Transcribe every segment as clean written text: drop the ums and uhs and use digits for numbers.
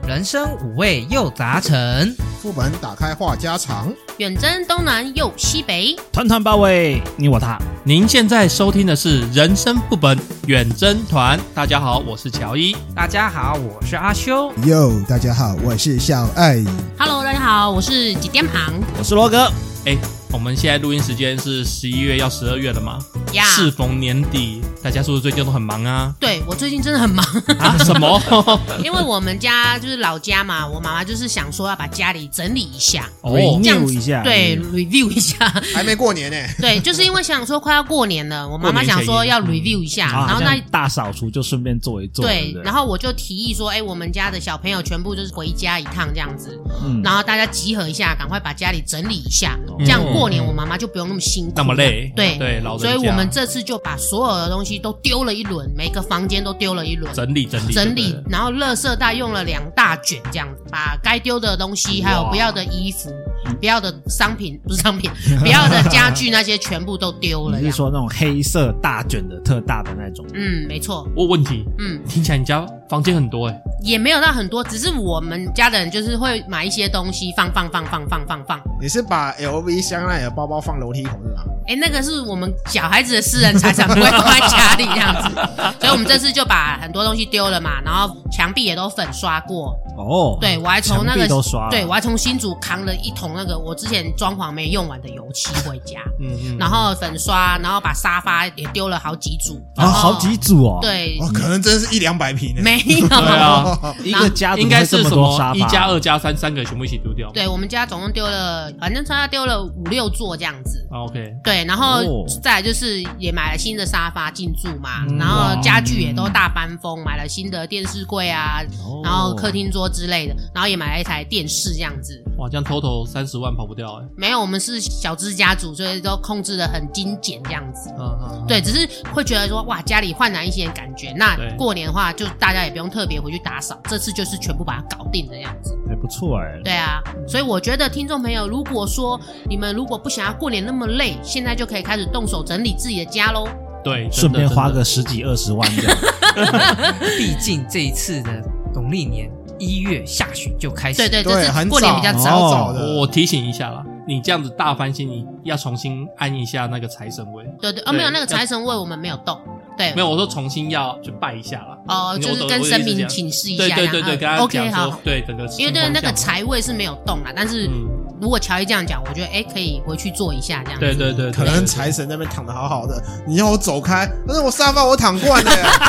人生五味又杂陈， 副本打开话家常， 远征东南又西北， 团团包围你我他。 您现在收听的是人生副本远征团。大家好，我是乔伊。 大家好，我是阿修。 哟，大家好，我是小爱。 Hello， 大家好，我是几点旁， 我是罗哥。 我们现在录音时间是11月要12月了嘛？ 呀， 适逢年底，大家是不是最近都很忙啊？ 对，我最近真的很忙啊？什么？ 因为我们家就是老家嘛，我妈妈就是想说要把家里整理一下 ，review 一下， 对，review 一下。 还没过年呢。 对，就是因为想说快要过年了，我妈妈想说要 review 一下，然后那大扫除就顺便做一做。 对，然后我就提议说，我们家的小朋友全部就是回家一趟这样子，然后大家集合一下，赶快把家里整理一下，这样过年我妈妈就不用那么辛苦， 那么累。 对， 老人家。 所以我们这次就把所有的东西都丢了一轮，每个房间都丢了一轮， 整理， 然后垃圾袋用了2大卷这样子，把该丢的东西还有不要的衣服、不要的商品不是商品不要的家具那些全部都丢了。 你是说那种黑色大卷的特大的那种？ 没错。 我有问题，听起来你家房间很多也没有到很多，只是我们家的人就是会买一些东西放。 你是把 LV 香奈儿包包放楼梯口是吗？ 那个是我们小孩子的私人财产，不会放在家里这样子。所以我们这次就把很多东西丢了嘛，然后墙壁也都粉刷过。对，我还从那个对，我还从新竹扛了一桶那个我之前装潢没用完的油漆回家。然后粉刷，然后把沙发也丢了好几组。 好几组哦。 对， 可能真是100-200坪呢。 没有。 对啊， 一个家应该是什么 1+2+3 3个全部一起丢掉。 对，我们家总共丢了，反正他丢了5-6座这样子。 OK。 对，然后再来就是也买了新的沙发进驻嘛，然后家具也都大搬风，买了新的电视柜啊，然后客厅桌之类的，然后也买了一台电视这样子。 哇，这样 total 30万跑不掉没有，我们是小资家族，所以都控制得很精简这样子。对，只是会觉得说哇，家里焕然一新的感觉。那过年的话，就大家也不用特别回去打扫，这次就是全部把它搞定的样子。 还不错对啊，所以我觉得听众朋友，如果说你们如果不想要过年那么累，现在就可以开始动手整理自己的家咯。 对， 顺便花个10几20万这样。 毕竟这一次的农历年1月下旬就开始。 对，这次过年比较早的。 我提醒一下啦，你这样子大翻新，你要重新按一下那个财神位。 对，没有那个财神位我们没有动。对， 没有，我说重新要去拜一下啦。 就是跟神明请示一下。 对，跟他讲说，对整个因为对那个财位是没有动啦，但是如果乔伊这样讲，我觉得可以回去做一下这样子。 对， 可能财神那边躺得好好的，你要我走开，但是我沙发我躺惯了呀。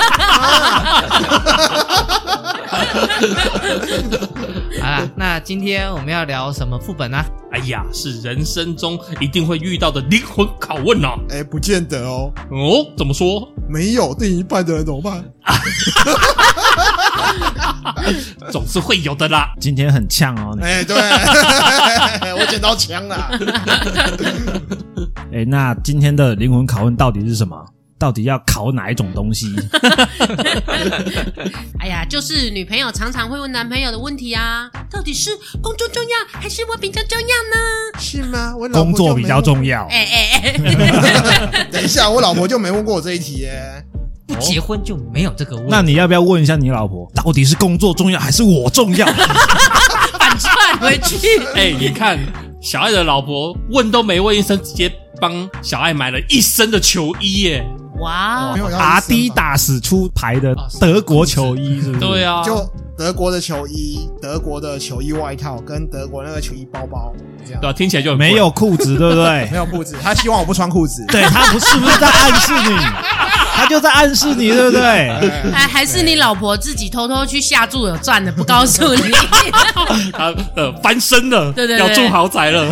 好啦，那今天我们要聊什么副本啊？ 哎呀，是人生中一定会遇到的灵魂拷问啊！ 不见得哦。 怎么说？ 没有另一半的人怎么办？ 总是会有的啦。 今天很呛哦。 对，我捡到枪了。 那今天的灵魂拷问到底是什么？到底要考哪一种东西？ 哎呀，就是女朋友常常会问男朋友的问题啊，到底是工作重要还是我比较重要呢？ 是吗？我老婆工作比较重要。 等一下，我老婆就没问过我这一题耶。 不结婚就没有这个问题。 那你要不要问一下你老婆，到底是工作重要还是我重要？ 反串回去。 你看小爱的老婆问都没问一声，直接帮小爱买了一身的球衣耶。 哇， 阿迪达斯出牌的德国球衣是不是？ 对啊， 就德国的球衣、德国的球衣外套跟德国那个球衣包包，这样对啊，听起来就很没有裤子，对不对？ 没有裤子，他希望我不穿裤子。 对，他是不是在暗示你？他就在暗示你，对不对？ 还是你老婆自己偷偷去下注有赚的，不告诉你。 他翻身了， 对， 要住豪宅了。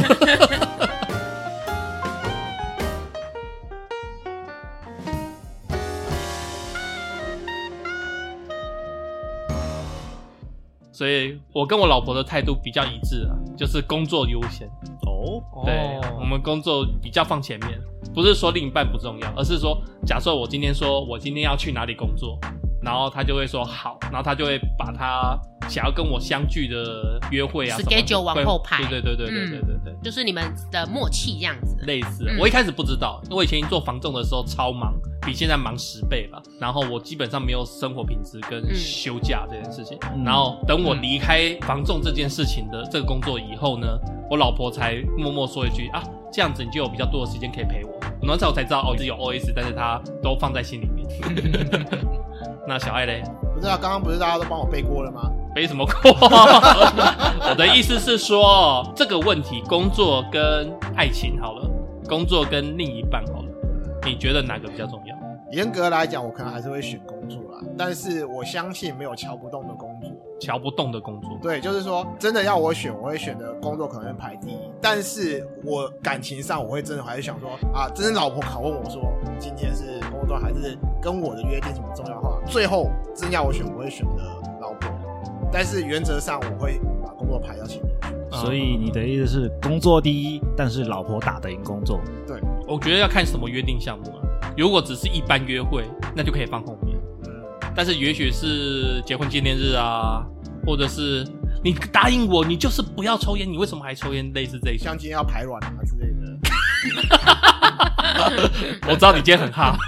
所以我跟我老婆的态度比较一致就是工作优先。对，我们工作比较放前面，不是说另一半不重要，而是说假设我今天说我今天要去哪里工作，然后他就会说好，然后他就会把他想要跟我相聚的约会啊 schedule 往后排。 对，就是你们的默契这样子。 类似我一开始不知道，因为我以前做房仲的时候超忙， 比现在忙10倍吧。然后我基本上没有生活品质跟休假这件事情。然后等我离开房仲这件事情的这个工作以后呢，我老婆才默默说一句啊，这样子你就有比较多的时间可以陪我。那时候我才知道哦，有 OS， 但是他都放在心里面。那小爱嘞？ 不是啊，刚刚不是大家都帮我背锅了吗？ 背什么锅？我的意思是说，这个问题，工作跟爱情好了，工作跟另一半好了，你觉得哪个比较重要？ 严格来讲，我可能还是会选工作啦，但是我相信没有瞧不动的工作。 瞧不动的工作， 对，就是说，真的要我选，我会选的工作可能排第一。但是我感情上，我会真的还是想说啊，真的老婆拷问我说，今天是工作还是跟我的约定什么重要的话，最后真要我选，我会选择老婆。但是原则上，我会把工作排到前面去。 所以你的意思是工作第一，但是老婆打得赢工作？ 对， 我觉得要看什么约定项目啊。如果只是一般约会，那就可以放后面。但是也许是结婚纪念日啊，或者是你答应我，你就是不要抽烟，你为什么还抽烟？类似这一像今天要排卵啊之类的。 我知道你今天很哈。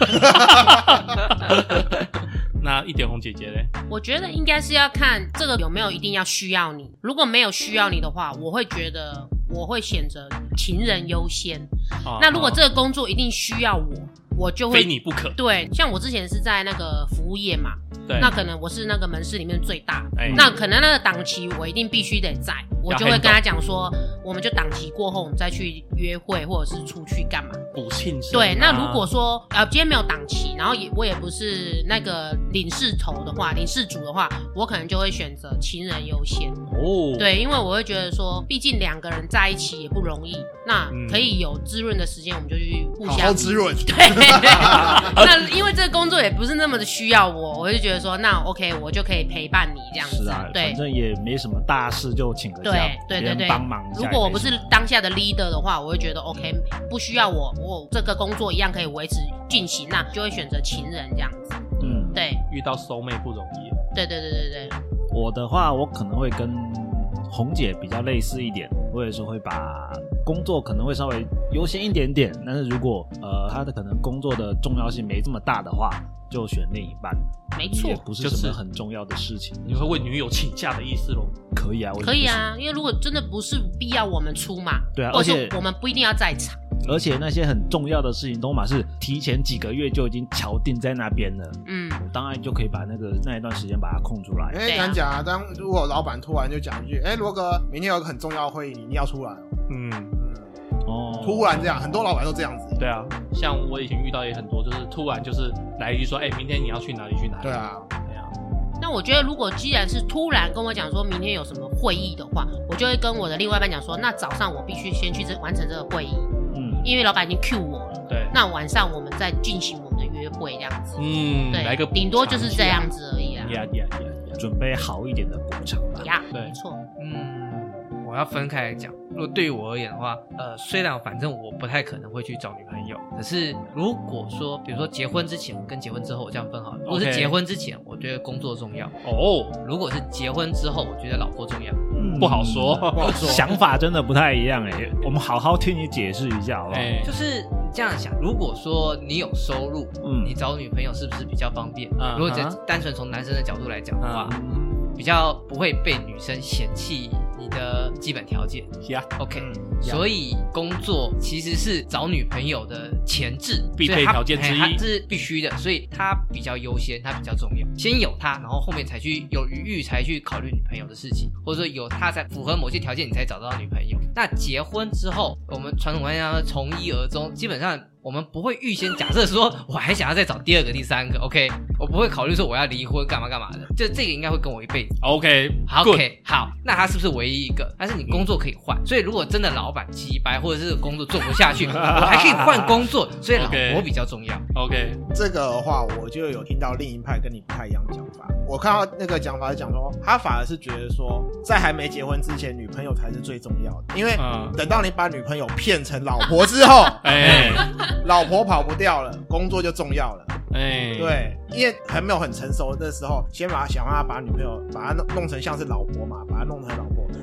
那一点红姐姐嘞？ 我觉得应该是要看这个有没有一定要需要你。如果没有需要你的话，我会觉得我会选择情人优先。那如果这个工作一定需要我就会非你不可。 对，像我之前是在那个服务业嘛，对，那可能我是那个门市里面最大，那可能那个档期我一定必须得在，我就会跟他讲说，我们就档期过后我们再去约会或者是出去干嘛补庆生。 对，那如果说今天没有档期，然后我也不是那个领事头的话，领事主的话，我可能就会选择情人优先。对，因为我会觉得说，毕竟2个人在一起也不容易，那可以有滋润的时间，我们就去互相好好滋润。 对。那因为这个工作也不是那么的需要我就觉得说，那 OK， 我就可以陪伴你这样子。 是啊， 对， 反正也没什么大事，就请个假，别人帮忙一下。 如果我不是当下的 leader 的话，我会觉得 OK， 不需要我这个工作一样可以维持进行，那就会选择情人这样子。对， 遇到 soul mate 不容易。 对。 我的话，我可能会跟红姐比较类似一点，我也是会把工作可能会稍微优先一点点，但是如果他的可能工作的重要性没这么大的话，就选另一半。 没错， 也不是什么很重要的事情。 你会为女友请假的意思咯？ 可以啊， 可以啊，因为如果真的不是必要我们出嘛， 对啊， 或者是我们不一定要在场。 而且那些很重要的事情都嘛是提前几个月就已经敲定在那边了，我当然就可以把那一段时间把它空出来。 敢讲啊，如果老板突然就讲一句，罗哥，明天有个很重要的会议，你一定要出来突然这样，很多老板都这样子。 对啊，像我以前遇到也很多，就是突然就是来一句说，明天你要去哪里去哪里。 对啊。 那我觉得如果既然是突然跟我讲说明天有什么会议的话，我就会跟我的另外一半讲说，那早上我必须先去完成这个会议，因为老板已经 cue 我了。 对， 那晚上我们再进行我们的约会这样子。对， 来个顶多就是这样子而已啦。 准备好一点的补偿吧。 对，没错。 我要分开来讲。如果对于我而言的话，虽然反正我不太可能会去找女朋友，可是如果说，比如说结婚之前跟结婚之后，我这样分好了。如果是结婚之前，我觉得工作重要。如果是结婚之后，我觉得老婆重要。 不好说， 想法真的不太一样我们好好听你解释一下好不好？ 就是这样想，如果说你有收入，你找女朋友是不是比较方便？如果单纯从男生的角度来讲的话，比较不会被女生嫌弃你的基本条件。OK，所以工作其实是找女朋友的前置必备条件之一， 它是必须的，所以它比较优先，它比较重要。先有它，然后后面才去有余裕才去考虑女朋友的事情，或者说有它才符合某些条件，你才找到女朋友。那结婚之后，我们传统观念上从一而终，基本上我们不会预先假设说我还想要再找第2个、第3个 ，OK， 我不会考虑说我要离婚干嘛干嘛的，就这个应该会跟我一辈子。 OK， 好，那他是不是唯一一个？但是你工作可以换，所以如果真的老板鸡掰，或者是工作做不下去，我还可以换工作，所以老婆比较重要。 OK， 这个的话我就有听到另一派跟你不太一样的讲法。我看到那个讲法是讲说，他反而是觉得说，在还没结婚之前，女朋友才是最重要的，因为等到你把女朋友骗成老婆之后，老婆跑不掉了，工作就重要了。对，因为还没有很成熟的时候，先想办法把女朋友把她弄成像是老婆嘛，把她弄成老婆，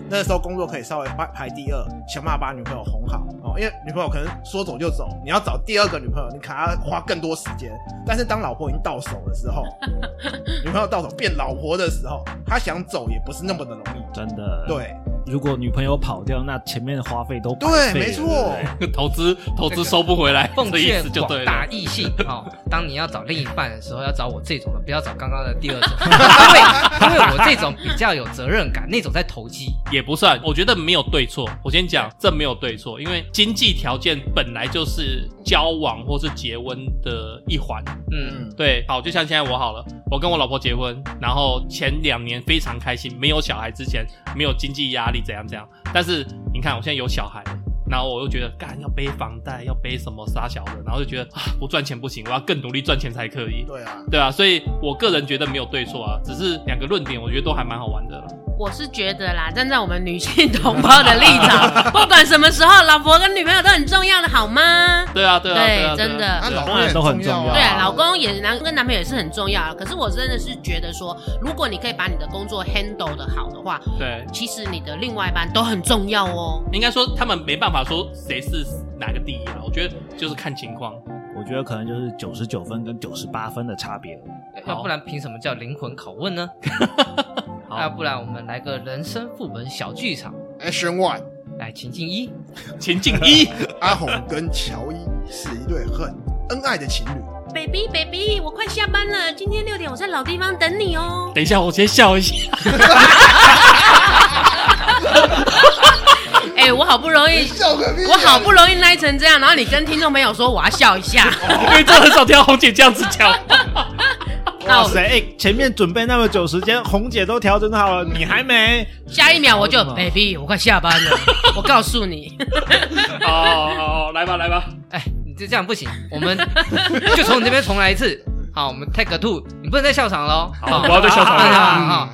那时候工作可以稍微排第二，想办法把女朋友哄好因为女朋友可能说走就走，你要找第二个女朋友，你可能要花更多时间。但是当老婆已经到手的时候，女朋友到手变老婆的时候，她想走也不是那么的容易。 真的， 对。 如果女朋友跑掉，那前面的花费都对，没错， 投资收不回来， 奉劝广大异性当你要找另一半的时候，要找我这种的，不要找刚刚的第二种，因为我这种比较有责任感，那种在投机也不算。我觉得没有对错，我先讲这没有对错，因为经济条件本来就是交往或是结婚的一环。对，好，就像现在我好了，我跟我老婆结婚，然后前2年非常开心，没有小孩之前没有经济压力。怎样，但是你看我现在有小孩了，然后我又觉得干要背房贷，要背什么杀小的，然后就觉得不赚钱不行，我要更努力赚钱才可以。对啊，所以我个人觉得没有对错啊，只是2个论点，我觉得都还蛮好玩的啦。 我是觉得啦，站在我们女性同胞的立场，不管什么时候，老婆跟女朋友都很重要的，好吗？ 对啊，真的， 老公也都很重要。 对啊，老公也跟男朋友也是很重要。可是我真的是觉得说，如果你可以把你的工作 handle 的好的话， 对， 其实你的另外一半都很重要哦。 应该说他们没办法说谁是哪个第一啦，我觉得就是看情况。 我觉得可能就是99分跟98分的差别。 要不然凭什么叫灵魂拷问呢？要不然我们来个人生副本小剧场 Action One， 来情境一， 阿红跟乔伊是一对很恩爱的情侣。 Baby， 我快下班了，今天6点我在老地方等你哦。 等一下，我先笑一下。 我好不容易耐成这样，然后你跟听众朋友说我要笑一下， 因为真的很少听到红姐这样子讲。 哇塞，前面准备那么久时间，红姐都调整好了，你还没？ 下一秒我就 Baby， 我快下班了，我告诉你。 好，来吧。 你这样不行，我们就从你这边重来一次。好，我们 take 2， 你不能再笑场了。 好，我要再笑场了。 好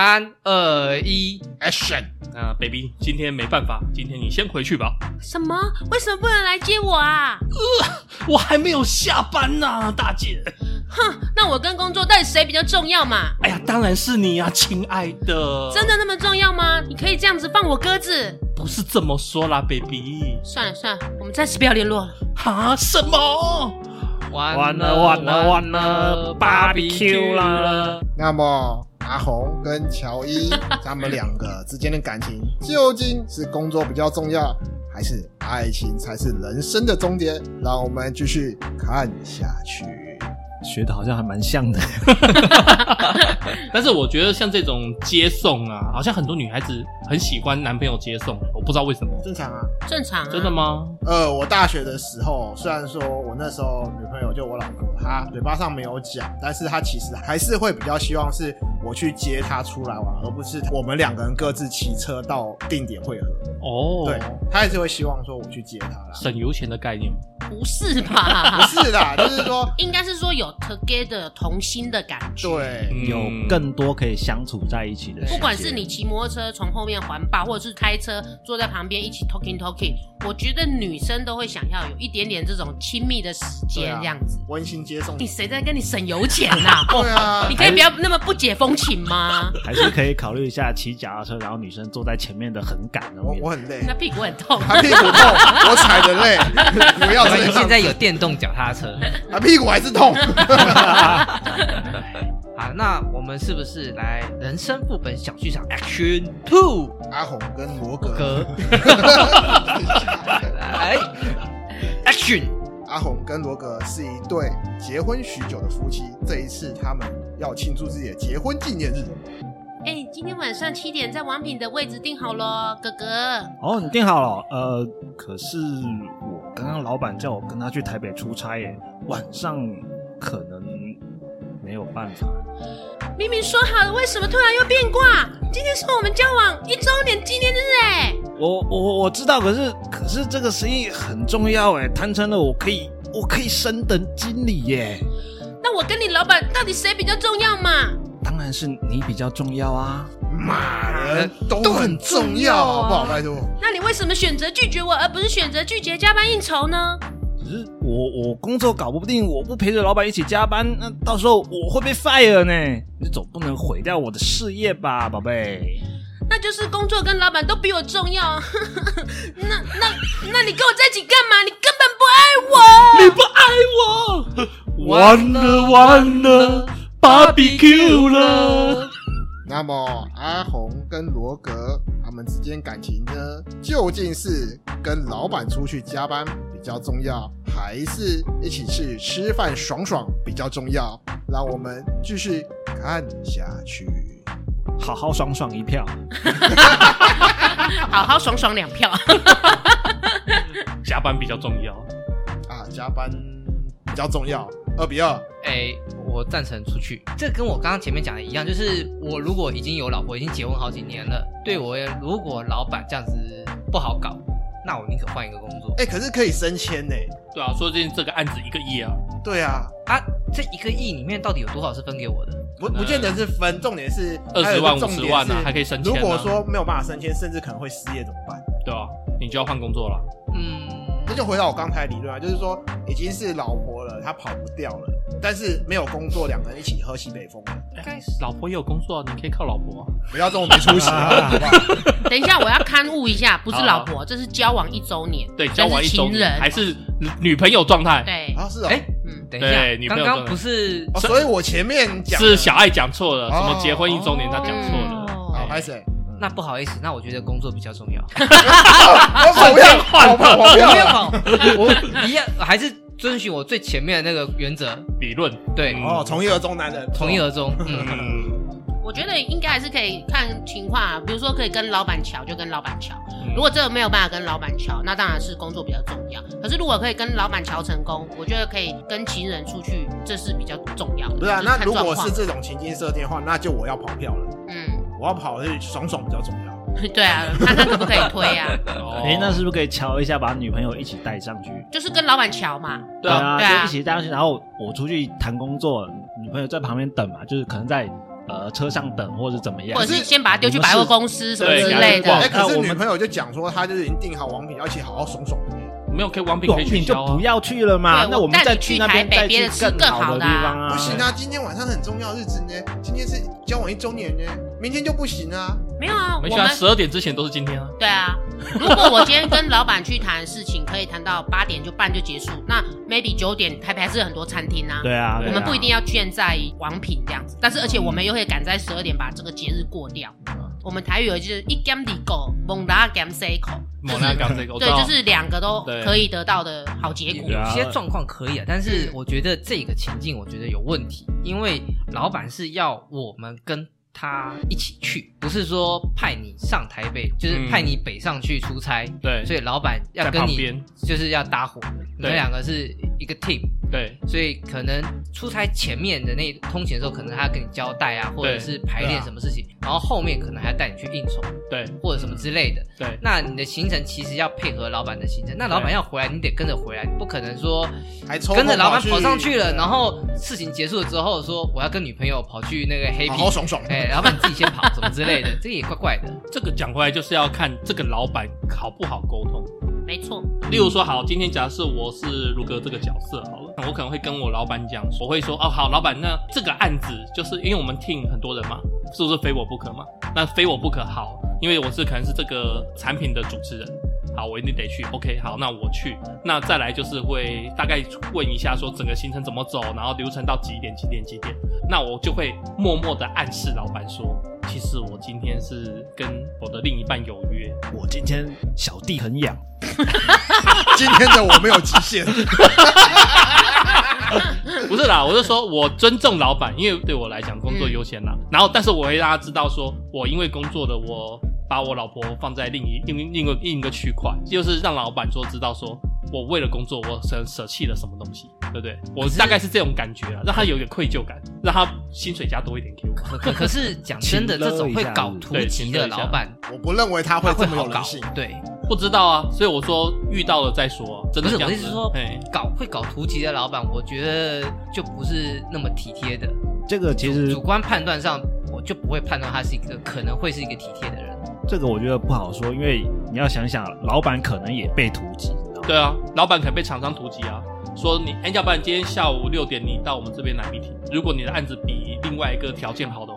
，3、2、1 ，Action！ baby， 今天没办法，今天你先回去吧。 什么？为什么不能来接我啊？ 我还没有下班呢，大姐。 哼，那我跟工作到底谁比较重要嘛？ 哎呀，当然是你啊，亲爱的。 真的那么重要吗？你可以这样子放我鸽子？ 不是这么说啦 ，baby。 算了，我们暂时不要联络了。 哈？什么？ 完了 ，BBQ 啦。 那么阿红跟乔伊他们2个之间的感情，究竟是工作比较重要，还是爱情才是人生的终点？让我们继续看下去。 学的好像还蛮像的。 但是我觉得像这种接送啊，好像很多女孩子很喜欢男朋友接送，我不知道为什么。 正常啊。 真的吗？ 我大学的时候，虽然说我那时候女朋友就我老婆，她嘴巴上没有讲，但是她其实还是会比较希望是我去接她出来玩，而不是我们2个人各自骑车到定点汇合。对，她还是会希望说我去接她啦。 省油钱的概念吗？ 不是吧？ 不是啦，就是说应该是说有 together 同心的感觉。 对， 有更多可以相处在一起的。 不管是你骑摩托车从后面环抱，或者是开车坐在旁边一起 talking， 我觉得女生都会想要有一点点这种亲密的时间，这样子温馨接送。 你谁在跟你省油钱啊？ 对啊， 你可以不要那么不解风情吗？ 还是可以考虑一下骑脚踏车，然后女生坐在前面的很赶。 我很累， 那屁股很痛， 他屁股痛，我踩的累。不要这样， 现在有电动脚踏车， 他屁股还是痛。 好，那我们是不是来人生副本小剧场 Action 2？ 阿红跟罗格来 Action！ 阿红跟罗格是一对结婚许久的夫妻，这一次他们要庆祝自己的结婚纪念日。 今天晚上7点在王品的位置订好咯，哥哥。 哦，你订好了？可是我刚刚老板叫我跟他去台北出差耶，晚上可能没有办法。 明明说好了，为什么突然又变卦？今天是我们交往1周年纪念日哎。 我知道，可是这个生意很重要哎，谈成了我可以升等经理耶。 那我跟你老板到底谁比较重要嘛？ 当然是你比较重要啊！ 骂人都很重要，好不好？拜托。 那你为什么选择拒绝我，而不是选择拒绝加班应酬呢？ 只是我工作搞不定，我不陪着老板一起加班，那到时候我会被 fire 呢。你总不能毁掉我的事业吧，宝贝？ 那就是工作跟老板都比我重要。那你跟我在一起干嘛？你根本不爱我，你不爱我，完了 ，BBQ 了。 那么阿红跟罗格他们之间感情呢，究竟是跟老板出去加班比较重要，还是一起去吃饭爽爽比较重要？让我们继续看下去。 好好爽爽一票， 好好爽爽2票。 加班比较重要啊，加班比较重要，2-2。 我赞成出去。这跟我刚刚前面讲的一样，就是我如果已经有老婆，已经结婚好几年了，对我如果老板这样子不好搞，那我宁可换一个工作。 可是可以升迁呢。 对啊，说不定这个案子1个亿啊。 对啊， 这1个亿里面到底有多少是分给我的？ 不见得是分，重点是 20万、50万啊，还可以升迁啊。 如果说没有办法升迁，甚至可能会失业怎么办？ 对啊，你就要换工作了。 这就回到我刚才的理论啊，就是说已经是老婆了，他跑不掉了，但是没有工作，2个人一起喝西北风了。 老婆也有工作啊，你可以靠老婆啊。 不要这种没出息啊，好不好？ 等一下，我要勘误一下，不是老婆，这是交往1周年。 对，交往1周年，还是女朋友状态。 对啊，是哦。 等一下，刚刚不是， 所以我前面讲是小爱讲错了，什么结婚1周年他讲错了。 好，拍谁？ 那不好意思，那我觉得工作比较重要。 我不要换，我不要跑， 我一样还是遵循我最前面的那个原则理论。 对， 从一而终，男人从一而终。 我觉得应该还是可以看情况啊，比如说可以跟老板瞧就跟老板瞧，如果这个没有办法跟老板瞧，那当然是工作比较重要。可是如果可以跟老板瞧成功，我觉得可以跟情人出去，这是比较重要的。 不是啊，那如果是这种情境设定的话，那就我要跑票了。我要跑去爽爽比较重要。 对啊，看他可不可以推啊？ 那是不是可以瞧一下，把女朋友一起带上去？ 就是跟老板瞧嘛。 对啊，就一起带上去，然后我出去谈工作，女朋友在旁边等嘛，就是可能在车上等，或者怎么样， 或者是先把他丢去百货公司什么之类的。 可是女朋友就讲说，她就是已经订好王品，而且好好爽爽的。 没有可以王品可以去就不要去了嘛。那我们再去那边再去更好的地方啊。 不行啊，今天晚上很重要的日子呢，今天是交往1周年呢，明天就不行啊。 没有啊， 没事啊，12点之前都是今天啊。 对啊，如果我今天跟老板去谈事情，可以谈到8点半就结束，那 maybe 9点台北还是很多餐厅啊。 对啊， 我们不一定要圈在王品这样子，但是而且我们又会赶在12点把这个节日过掉。我们台语有就是一减2狗，猛打减4口，对，就是2个都可以得到的好结果。 有些状况可以啊，但是我觉得这个情境我觉得有问题，因为老板是要我们跟他一起去，不是说派你上台北，就是派你北上去出差。 对， 所以老板要跟你就是要搭伙的，你们2个是一个 team。 对， 所以可能出差前面的那通勤的时候，可能他要跟你交代啊，或者是排练什么事情，然后后面可能还要带你去应酬， 对， 或者什么之类的。 对， 那你的行程其实要配合老板的行程，那老板要回来，你得跟着回来，你不可能说还跟着老板跑上去了，然后事情结束了之后说我要跟女朋友跑去那个黑皮， 好爽爽， 老板自己先跑什么之类的，这个也怪怪的。 这个讲回来就是要看这个老板好不好沟通。 没错， 例如说，好，今天假设我是如哥这个角色好了，我可能会跟我老板讲，我会说，好，老板，那这个案子就是因为我们 team 很多人嘛，是不是非我不可嘛？那非我不可，好，因为我可能是这个产品的主持人，好，我一定得去 ，OK， 好，那我去，那再来就是会大概问一下说整个行程怎么走，然后流程到几点，那我就会默默的暗示老板说，其实我今天是跟我的另一半有约， 我今天小弟很痒。 今天的我没有极限。 不是啦，我是说我尊重老板，因为对我来讲工作优先啦。然后，但是我会让他知道说，我因为工作的我把我老婆放在另一个区块，就是让老板说知道说我为了工作我舍弃了什么东西，对不对？我大概是这种感觉啦，让他有一个愧疚感，让他薪水加多一点给我。 可是讲真的，这种会搞突击的老板， 我不认为他会这么有人性。 对。 不知道啊，所以我说遇到了再说。真的不是，我意思是说，会搞突击的老板，我觉得就不是那么体贴的。 这个其实主观判断上，我就不会判断他是一个可能会是一个体贴的人。 这个我觉得不好说，因为你要想想，老板可能也被突击。 对啊，老板可能被厂商突击啊，说你，要不然今天下午6点你到我们这边来 meeting， 如果你的案子比另外一个条件好的话，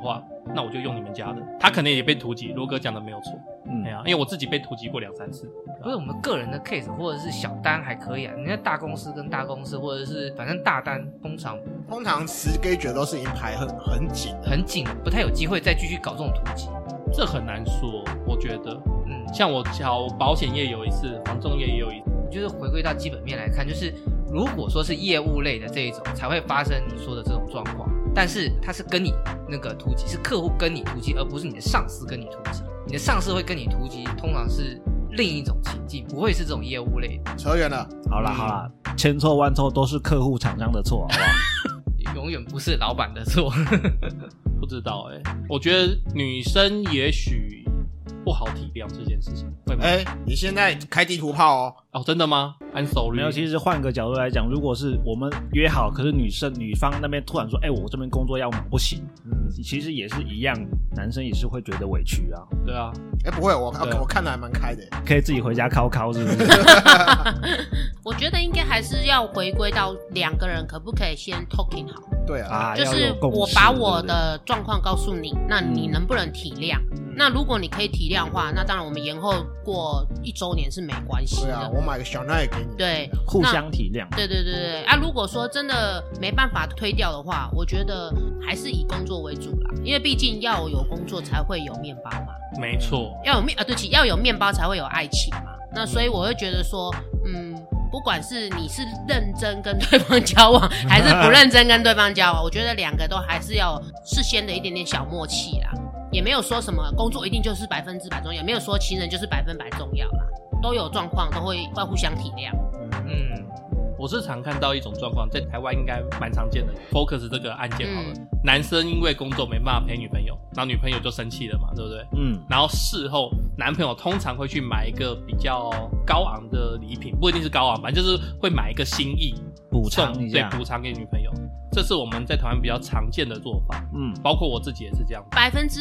那我就用你们家的。他可能也被突击，罗哥讲的没有错。因为我自己被突击过2-3次。 不是我们个人的 case 或者是小单还可以啊，人家大公司跟大公司或者是反正大单通常 schedule 都是已经排很紧很紧，不太有机会再继续搞这种突击。 这很难说，我觉得。像我瞧保险业有一次，房仲业也有一次。 就是回归到基本面来看，就是如果说是业务类的这一种才会发生你说的这种状况，但是它是跟你那个突击，是客户跟你突击，而不是你的上司跟你突击。你的上司会跟你突击，通常是另一种情境，不会是这种业务类的。 扯远了， 好啦，千错万错都是客户厂商的错，好不好？ 永远不是老板的错。 不知道我觉得女生也许不好体谅这件事情，会吗？ 你现在开地图炮哦，真的吗？ I'm sorry。 没有，其实换个角度来讲，如果是我们约好，可是女方那边突然说我这边工作要忙，不行，其实也是一样，男生也是会觉得委屈啊。 对啊。 不会，我看得还蛮开的， 可以自己回家敲是不是？ 我觉得应该还是要回归到2个人可不可以先 talking 好。 对啊， 就是我把我的状况告诉你，那你能不能体谅？那如果你可以体谅的话，那当然我们延后过1周年是没关系的。 对啊，我买个小奈给你。 对， 互相体谅。 对啊，如果说真的没办法推掉的话，我觉得还是以工作为主啦，因为毕竟要有工作才会有面包嘛。 没错， 要有面包才会有爱情嘛。那所以我会觉得说，不管是你是认真跟对方交往，还是不认真跟对方交往，我觉得2个都还是要事先的一点点小默契啦。也没有说什么工作一定就是100%重要，也没有说情人就是100%重要啦，都有状况都会互相体谅。 我是常看到一种状况，在台湾应该蛮常见的。Focus 这个案件好了，男生因为工作没办法陪女朋友，然后女朋友就生气了嘛，对不对？然后事后男朋友通常会去买一个比较高昂的礼品，不一定是高昂，反正就是会买一个心意补偿一下， 对，补偿给女朋友。这是我们在台湾比较常见的做法，包括我自己也是这样。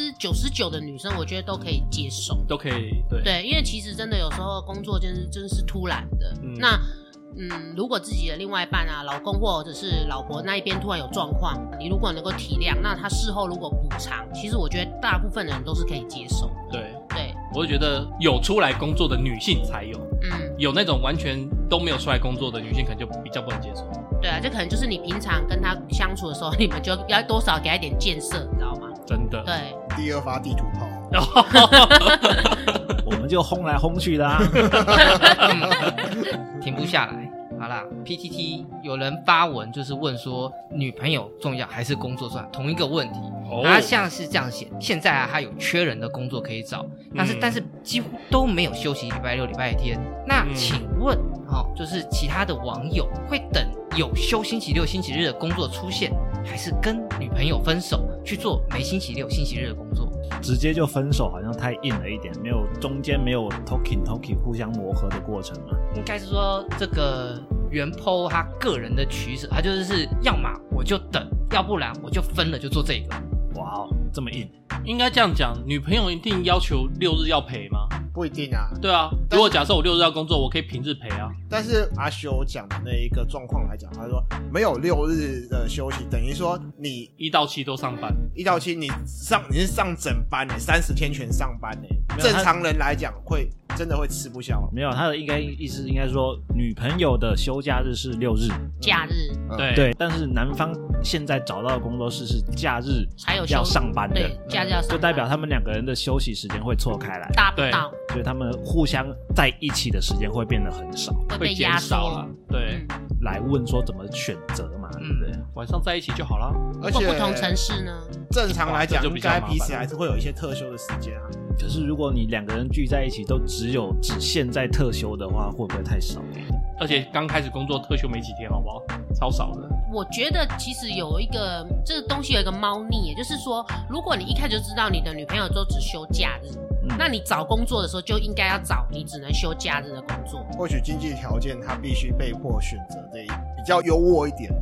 99%的女生我觉得都可以接受， 都可以， 对，因为其实真的有时候工作真是突然的，那如果自己的另外一半啊，老公或者是老婆那一边突然有状况，你如果能够体谅，那他事后如果补偿，其实我觉得大部分的人都是可以接受。 对，我就觉得有出来工作的女性才有，有那种完全都没有出来工作的女性可能就比较不能接受。 对啊，这可能就是你平常跟他相处的时候，你们就要多少给他一点建设，你知道吗？ 真的。 对。 第2发地图炮。 我们就轰来轰去的啊， 停不下来。好啦 PTT 有人发文就是问说女朋友重要还是工作重要，同一个问题。他像是这样写，现在他有缺人的工作可以找，但是几乎都没有休息，礼拜六礼拜天。那请问就是其他的网友会等有休星期六星期日的工作出现，还是跟女朋友分手去做没星期六星期日的工作？ 直接就分手好像太硬了一点，没有中间没有 talking 互相磨合的过程嘛。 应该是说这个原 po 他个人的取舍，他就是要么我就等，要不然我就分了就做这个。 哇，这么硬。 应该这样讲，女朋友一定要求6日要陪吗？ 不一定啊。 对啊，如果假设我6日要工作，我可以平日陪啊。 但是阿修讲的那一个状况来讲，他说没有6日的休息，等于说你 1到7都上班 ，1到7你是上整班30天全上班正常人来讲会真的会吃不消。 没有，他的意思应该说女朋友的休假日是6日假日， 对，但是男方现在找到的工作室是假日才有要上班的， 对，假日要上班， 就代表他们2个人的休息时间会错开来， 达不到， 所以他们互相在一起的时间会变得很少， 会被压缩了。 对， 来问说怎么选择嘛，对不对？ 晚上在一起就好了。 而且不同城市呢， 正常来讲应该彼此还是会有一些特休的时间啊。 可是如果你2个人聚在一起都只限在特休的话，会不会太少？ 而且刚开始工作特休没几天，好不好？超少的。 我觉得其实有一个这个东西有一个猫腻，也就是说，如果你一开始就知道你的女朋友都只休假日，那你找工作的时候就应该要找你只能休假日的工作。 或许经济条件他必须被迫选择这一比较优渥一点的。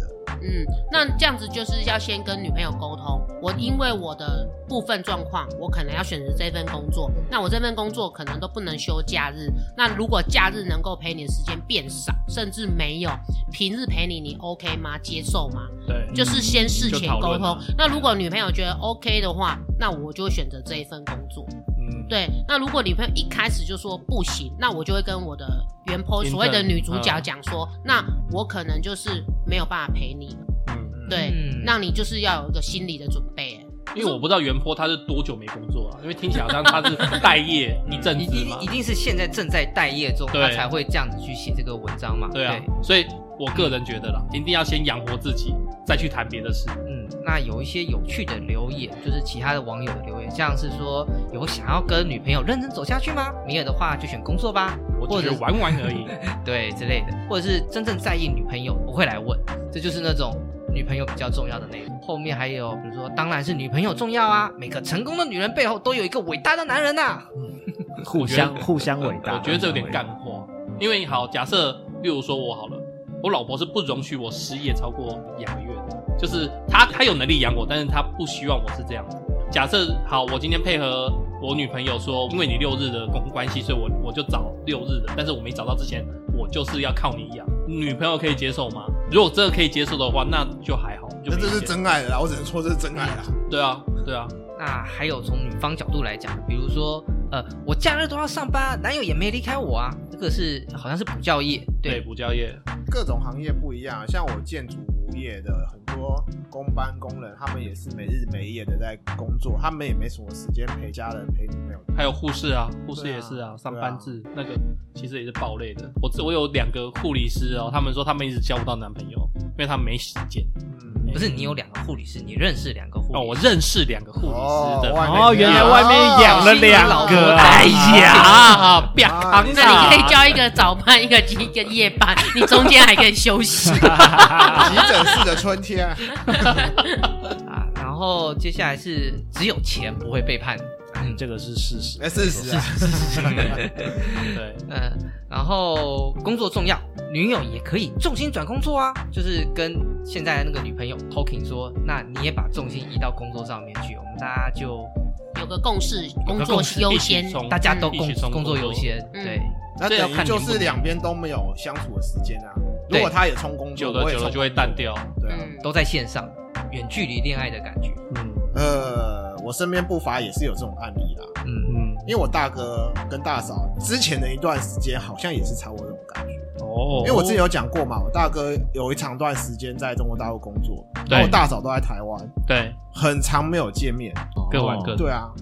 那这样子就是要先跟女朋友沟通，我因为我的部分状况，我可能要选择这份工作，那我这份工作可能都不能休假日，那如果假日能够陪你的时间变少，甚至没有，平日陪你 OK 吗？接受吗？ 对， 就是先事前沟通。那如果女朋友觉得 OK 的话，那我就会选择这一份工作。对，那如果女朋友一开始就说不行，那我就会跟我的原 po 所谓的女主角讲说，那我可能就是没有办法陪你了。对，让你就是要有一个心理的准备。 因为我不知道原 po 他是多久没工作啊，因为听起来好像他是待业一阵子嘛， 一定是现在正在待业中，他才会这样子去写这个文章嘛。 对啊，所以我个人觉得啦，一定要先养活自己，再去谈别的事。 那有一些有趣的留言，就是其他的网友的留言，像是说有想要跟女朋友认真走下去吗？没有的话就选工作吧， 我只是玩玩而已， 对之类的，或者是真正在意女朋友不会来问，这就是那种女朋友比较重要的内容。后面还有比如说，当然是女朋友重要啊，每个成功的女人背后都有一个伟大的男人啊， 互相伟大。 我觉得这有点干话，因为好，假设例如说我好了，我老婆是不容许我失业超过2个月的，就是她有能力养我，但是她不希望我是这样子。假设好，我今天配合我女朋友说，因为你6日的关系，所以我就找6日的，但是我没找到之前，我就是要靠你养。女朋友可以接受吗？如果真的可以接受的话，那就还好。 那这是真爱了啦，我只能说这是真爱啦。 对啊。 那还有从女方角度来讲，比如说我假日都要上班，男友也没离开我啊，这个是好像是补教业。 对，补教业各种行业不一样，像我建筑服业的很多工班工人，他们也是没日没夜的在工作，他们也没什么时间陪家人陪女朋友。 还有护士啊，护士也是啊，上班制那个其实也是爆累的。我有2个护理师哦，他们说他们一直交不到男朋友，因为他们没时间。 不是你有2个护理师，你认识2个护理师？ 我认识2个护理师的。 原来外面养了2个。 哎呀，不要扛！ 那你可以叫一个早班，一个夜班，你中间还可以休息。 急诊室的春天然后接下来是只有钱不会背叛。 这个是事实。 事实啊。 对， 然后工作重要，女友也可以重心转工作啊，就是跟现在的那个女朋友 talking 说，那你也把重心移到工作上面去，我们大家就有个共识，工作优先， 大家都工作优先。对， 那等于就是2边都没有相处的时间啊。如果他也冲工作， 久了就会淡掉。 对啊， 都在线上，远距离恋爱的感觉。 我身边不乏也是有这种案例啦。因为我大哥跟大嫂之前的一段时间好像也是差不多这种感觉。因为我之前有讲过嘛，我大哥有一长段时间在中国大陆工作，然后我大嫂都在台湾， 对， 很长没有见面， 各玩各的。 对啊，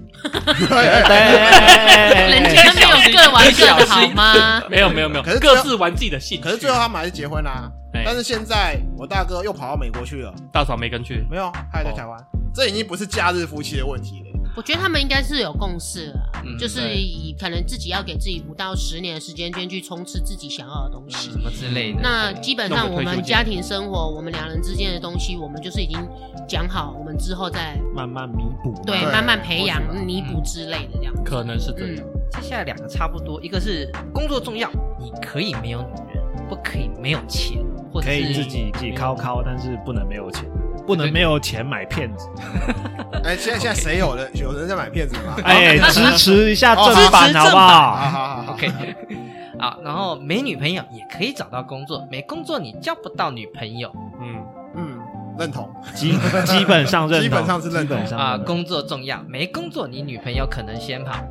人家没有各玩各的好吗？ 没有，可是各自玩自己的兴趣。 可是最后他们还是结婚啦。但是现在我大哥又跑到美国去了， 大嫂没跟去， 没有，他还在台湾。这已经不是假日夫妻的问题了。 我觉得他们应该是有共识了，就是可能自己要给自己5到10年的时间去冲刺自己想要的东西， 什么之类的。 那基本上我们家庭生活，我们2人之间的东西，我们就是已经讲好，我们之后再慢慢弥补， 对，慢慢培养、弥补之类的这样子。 可能是这样。 接下来2个差不多，一个是工作重要，你可以没有女人，不可以没有钱，或者是可以自己靠，但是不能没有钱。不能没有钱买骗子。 现在谁有人在买骗子吗？ 支持一下正版好不好？ 好 OK 好，然后没女朋友也可以找到工作，没工作你交不到女朋友。 认同， 基本上认同， 基本上是认同啊。工作重要，没工作你女朋友可能先跑。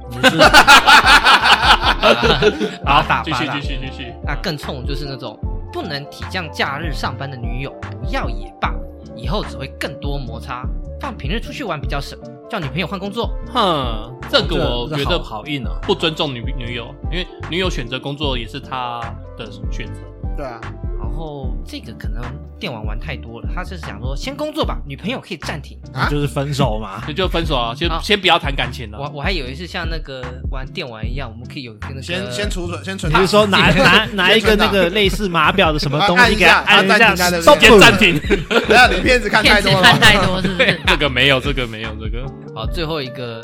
好，继续。 那更冲就是那种不能体谅假日上班的女友，不要也罢，以后只会更多摩擦。放平日出去玩比较省，叫女朋友换工作。 这个我觉得好硬啊， 不尊重女友，因为女友选择工作也是她的选择。 对啊。 然后这个可能电玩太多了，他是想说先工作吧，女朋友可以暂停就是分手嘛， 就分手啊，先不要谈感情了。 我还以为是像那个玩电玩一样，我们可以有跟那个先储存，先存。 比如说拿一个那个类似码表的什么东西给他按一下， 先暂停。 你骗子看太多了， 看太多是不是？ 这个没有。 好，最后一个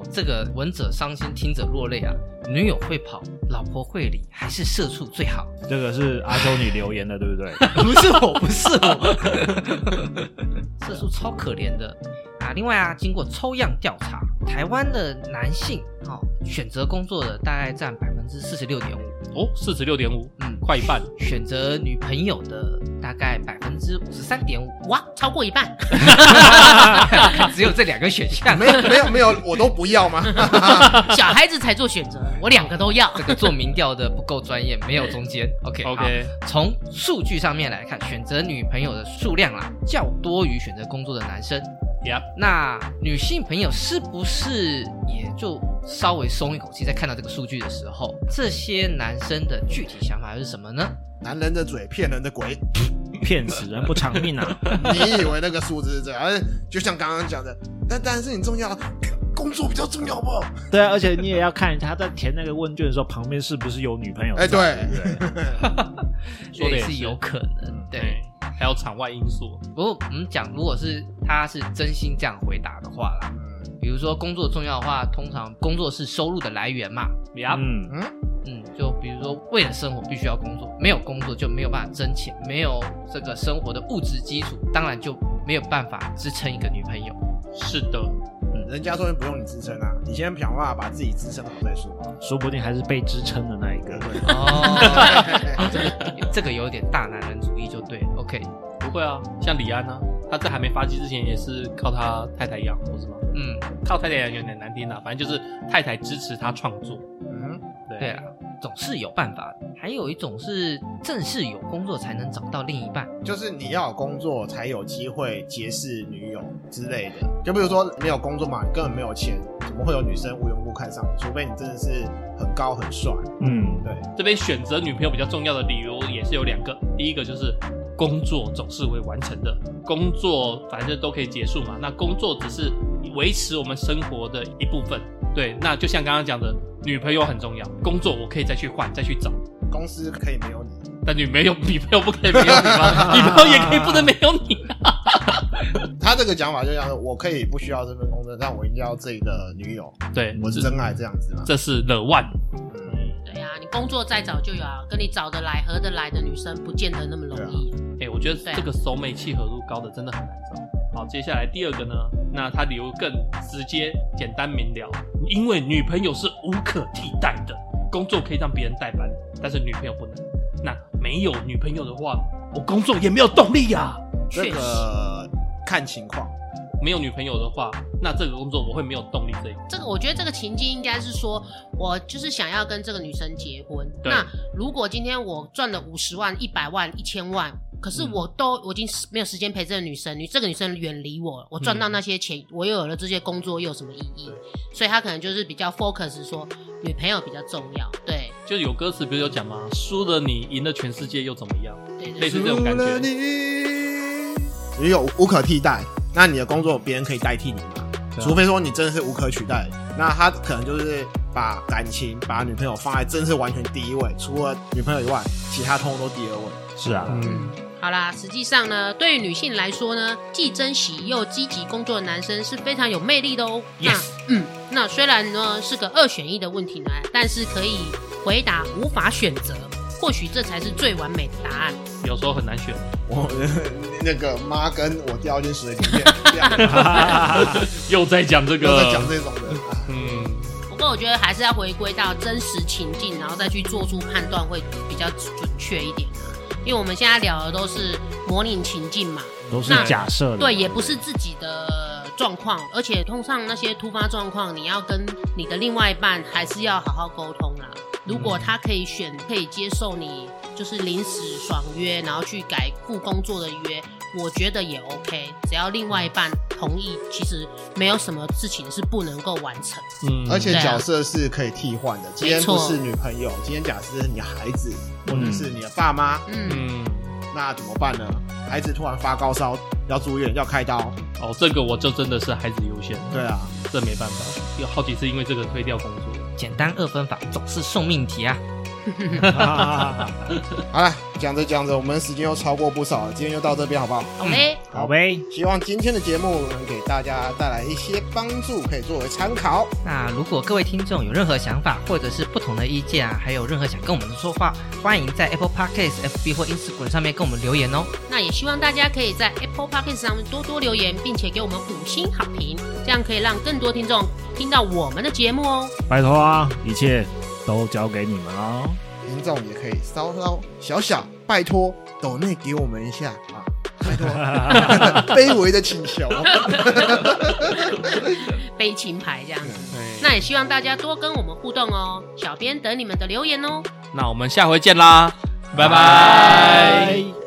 这个闻者伤心，听者落泪啊！女友会跑，老婆会理，还是社畜最好？ 这个是阿周女留言的，对不对？ 不是我，社畜超可怜的啊！另外啊，经过抽样调查，台湾的男性选择工作的大概占46.5% 哦，46.5%，快一半。 选择女朋友的大概53.5%， 哇，超过一半。 只有这2个选项， 没有，我都不要吗？ 小孩子才做选择，我2个都要。 这个做民调的不够专业，没有中间。OK， 从数据上面来看，选择女朋友的数量较多于选择工作的男生。那女性朋友是不是也就稍微松一口气，在看到这个数据的时候，这些男生的具体想法是什么呢？ 男人的嘴骗人的鬼， 骗死人不偿命啊！ 你以为那个数字是这样？就像刚刚讲的，但当然是你重要，工作比较重要不好？ 对啊，而且你也要看他在填那个问卷的时候，旁边是不是有女朋友？ 对， 说的也是有可能，对。 还有场外因素。 不过我们讲，如果是他是真心这样回答的话啦，比如说工作重要的话，通常工作是收入的来源嘛。就比如说为了生活必须要工作，没有工作就没有办法挣钱，没有这个生活的物质基础，当然就没有办法支撑一个女朋友。 是的。 人家说不用你支撑啊，你先想办法把自己支撑好再说， 说不定还是被支撑的那一个。 这个有点大男人主义就对了。OK， 不会啊，像李安啊，他在还没发迹之前也是靠他太太养活，是吗？靠太太养有点难听啊，反正就是太太支持他创作。 对啊，总是有办法的。还有一种是正是有工作才能找到另一半， 就是你要有工作才有机会结识女友之类的。就比如说没有工作嘛，你根本没有钱，怎么会有女生无缘无故看上你？除非你真的是很高很帅。对。这边选择女朋友比较重要的理由也是有2个，第一个就是工作总是会完成的，工作反正都可以结束嘛，那工作只是维持我们生活的一部分。对，那就像刚刚讲的，女朋友很重要，工作我可以再去换再去找， 公司可以没有你， 但女朋友不可以没有你吗？女朋友也可以不能没有你啊。 他这个讲法就像是我可以不需要这份工作，但我一定要这个女友， 对， 我是真爱这样子嘛， 这是the one。 对啊，你工作再找就有啊，跟你找得来合得来的女生不见得那么容易。 我觉得这个手美契合度高的真的很难找。好，接下来第2个呢，那他理由更直接简单明了，因为女朋友是无可替代的，工作可以让别人代班，但是女朋友不能。那没有女朋友的话，我工作也没有动力啊。 这个看情况， 没有女朋友的话，那这个工作我会没有动力。 这个我觉得这个情境应该是说，我就是想要跟这个女生结婚。那如果今天我赚了50万、100万、1000万。可是我已经没有时间陪这个女生，这个女生远离我了，我赚到那些钱，我又有了这些工作，又有什么意义？所以他可能就是比较 focus 说女朋友比较重要。对， 就有歌词不是有讲吗？输了你，赢了全世界又怎么样？ 对， 类似这种感觉。 你有无可替代，那你的工作别人可以代替你嘛？除非说你真的是无可取代，那他可能就是把感情、把女朋友放在真是完全第一位，除了女朋友以外，其他通通都第2位。 是啊， 好啦，实际上呢，对于女性来说呢，既珍惜又积极工作的男生是非常有魅力的哦。那虽然呢是个2选1的问题呢，但是可以回答无法选择，或许这才是最完美的答案。 有时候很难选。 我那个妈跟我掉进水里面， 又在讲这个， 又在讲这种的。 不过我觉得还是要回归到真实情境，然后再去做出判断会比较准确一点。因为我们现在聊的都是模拟情境嘛， 都是假设的， 对，也不是自己的状况，而且通常那些突发状况，你要跟你的另外一半还是要好好沟通啦。如果他可以接受你就是临时爽约，然后去改副工作的约，我觉得也 OK， 只要另外一半同意，其实没有什么事情是不能够完成。 而且角色是可以替换的，今天不是女朋友，今天假设是你孩子，或者是你的爸妈，那怎么办呢？孩子突然发高烧，要住院，要开刀， 这个我就真的是孩子优先。 对啊， 这没办法，有好几次因为这个推掉工作。 简单2分法总是送命题啊。 好了，讲着，我们时间又超过不少了，今天就到这边好不好？ 好嘞， 好呗。 希望今天的节目能给大家带来一些帮助，可以作为参考。 那如果各位听众有任何想法，或者是不同的意见啊，还有任何想跟我们说话，欢迎在 Apple Podcast、FB 或 Instagram 上面跟我们留言哦。 那也希望大家可以在 Apple Podcast 上面多多留言，并且给我们5星好评，这样可以让更多听众听到我们的节目哦。 拜托啊，一切都交给你们哦。 听众也可以稍小拜托抖内给我们一下啊，拜托，卑微的请求， 背情牌这样子。那也希望大家多跟我们互动哦，小编等你们的留言哦。 那我们下回见啦，拜拜。